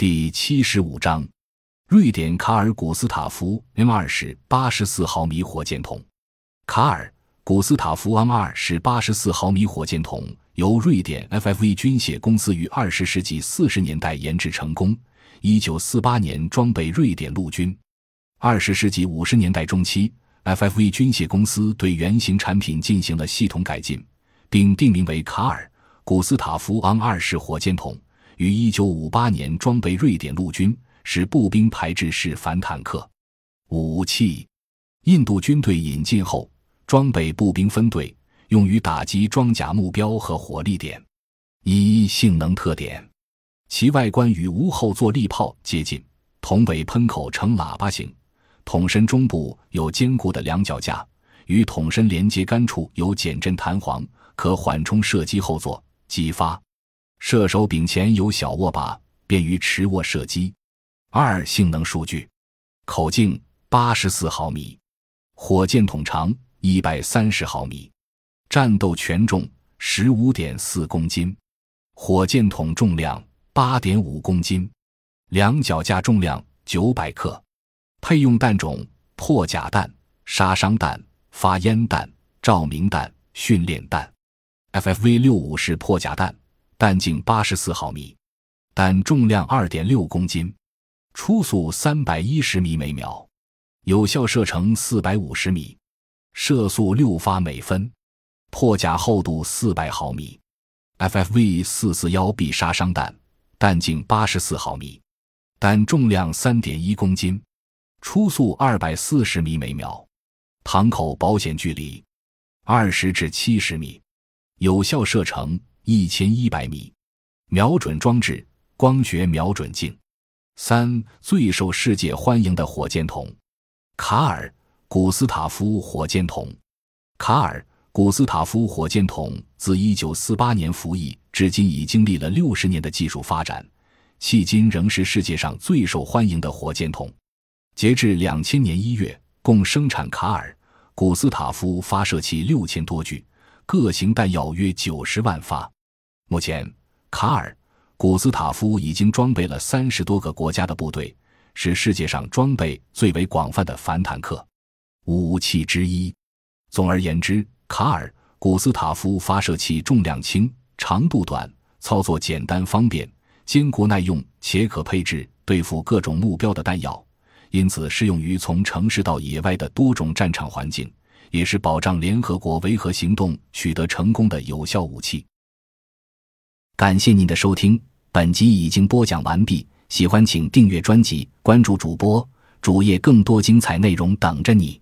第75章，瑞典卡尔古斯塔夫 M2 是84毫米火箭筒。卡尔古斯塔夫 M2 是84毫米火箭筒，由瑞典 FFV 军械公司于20世纪40年代研制成功，1948年装备瑞典陆军。20世纪50年代中期， FFV 军械公司对原型产品进行了系统改进，并定名为卡尔古斯塔夫 M2 式火箭筒，于1958年装备瑞典陆军，是步兵排制式反坦克武器。印度军队引进后，装备步兵分队，用于打击装甲目标和火力点。性能特点，其外观与无后坐力炮接近，筒尾喷口呈喇叭形，筒身中部有坚固的两脚架，与筒身连接杆处有减震弹簧，可缓冲射击后座击发。射手柄前有小握把，便于持握射击。性能数据，口径84毫米，火箭筒长130毫米，战斗权重 15.4 公斤，火箭筒重量 8.5 公斤，两脚架重量900克。配用弹种：破甲弹、杀伤弹、发烟弹、照明弹、训练弹。FFV-65 式破甲弹，弹径84毫米，弹重量 2.6 公斤，初速310米每秒，有效射程450米，射速6发每分。破甲厚度400毫米。FFV-441B 杀伤弹，弹径84毫米，弹重量 3.1 公斤，初速240米每秒，膛口保险距离20至70米，有效射程1100米。瞄准装置：光学瞄准镜。最受世界欢迎的火箭筒，卡尔古斯塔夫火箭筒。卡尔古斯塔夫火箭筒自1948年服役至今已经历了60年的技术发展，迄今仍是世界上最受欢迎的火箭筒。截至2000年1月，共生产卡尔古斯塔夫发射器6000多具，各型弹药约90万发。目前，卡尔古斯塔夫已经装备了30多个国家的部队，是世界上装备最为广泛的反坦克武器之一。总而言之，卡尔古斯塔夫发射器重量轻、长度短、操作简单方便、坚固耐用，且可配置对付各种目标的弹药，因此适用于从城市到野外的多种战场环境，也是保障联合国维和行动取得成功的有效武器。感谢您的收听，本集已经播讲完毕，喜欢请订阅专辑，关注主播，主页更多精彩内容等着你。